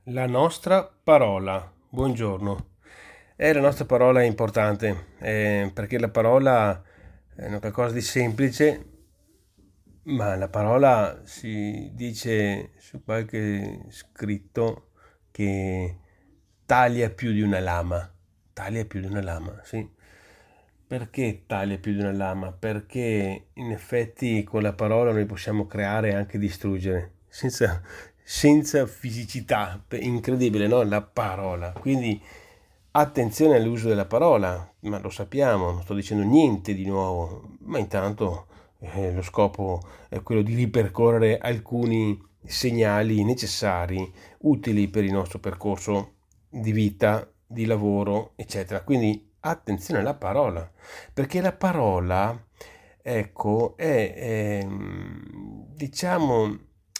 La nostra parola. Buongiorno. La nostra parola è importante perché la parola è una qualcosa di semplice, ma la parola si dice su qualche scritto che taglia più di una lama. Taglia più di una lama, sì. Perché taglia più di una lama? Perché in effetti con la parola noi possiamo creare e anche distruggere, senza fisicità. Incredibile, no? La parola. Quindi attenzione all'uso della parola, ma lo sappiamo, non sto dicendo niente di nuovo, ma intanto lo scopo è quello di ripercorrere alcuni segnali necessari, utili per il nostro percorso di vita, di lavoro, eccetera. Quindi attenzione alla parola, perché la parola, ecco, diciamo,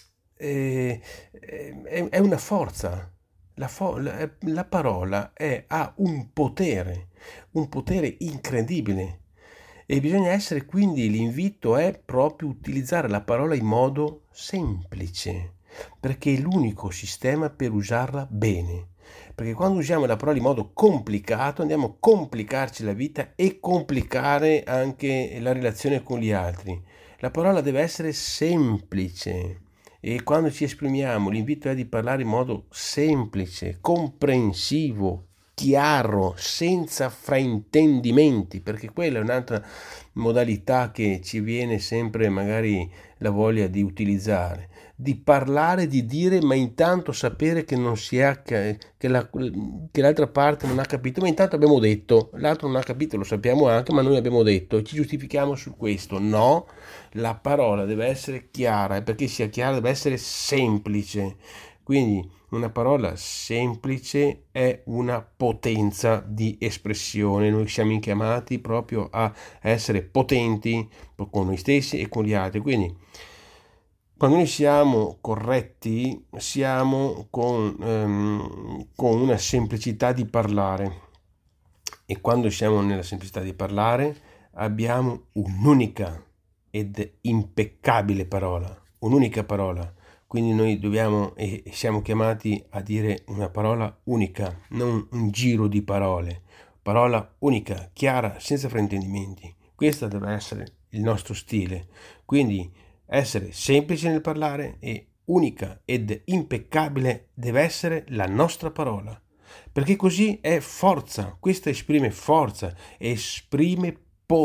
è una forza. La parola ha un potere incredibile. E bisogna essere quindi, l'invito è proprio utilizzare la parola in modo semplice, perché è l'unico sistema per usarla bene. Perché quando usiamo la parola in modo complicato andiamo a complicarci la vita e complicare anche la relazione con gli altri. La parola deve essere semplice e quando ci esprimiamo l'invito è di parlare in modo semplice, comprensivo, chiaro, senza fraintendimenti, perché quella è un'altra modalità che ci viene sempre magari la voglia di utilizzare, di parlare, di dire, ma intanto sapere che non si è, che l'altra parte non ha capito, ma intanto abbiamo detto, l'altro non ha capito, lo sappiamo anche, ma noi abbiamo detto e ci giustifichiamo su questo. No, la parola deve essere chiara e perché sia chiara deve essere semplice. Quindi una parola semplice è una potenza di espressione. Noi siamo chiamati proprio a essere potenti con noi stessi e con gli altri. Quindi quando noi siamo corretti, siamo con una semplicità di parlare e quando siamo nella semplicità di parlare abbiamo un'unica ed impeccabile parola, un'unica parola. Quindi noi dobbiamo e siamo chiamati a dire una parola unica, non un giro di parole. Parola unica, chiara, senza fraintendimenti. Questo deve essere il nostro stile. Quindi essere semplice nel parlare e unica ed impeccabile deve essere la nostra parola. Perché così è forza, questa esprime forza, esprime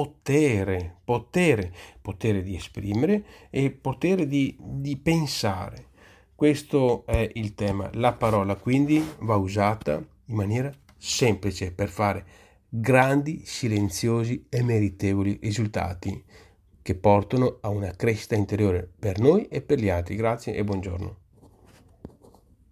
potere di esprimere e potere di pensare. Questo è il tema. La parola quindi va usata in maniera semplice per fare grandi, silenziosi e meritevoli risultati che portano a una crescita interiore per noi e per gli altri. Grazie e buongiorno.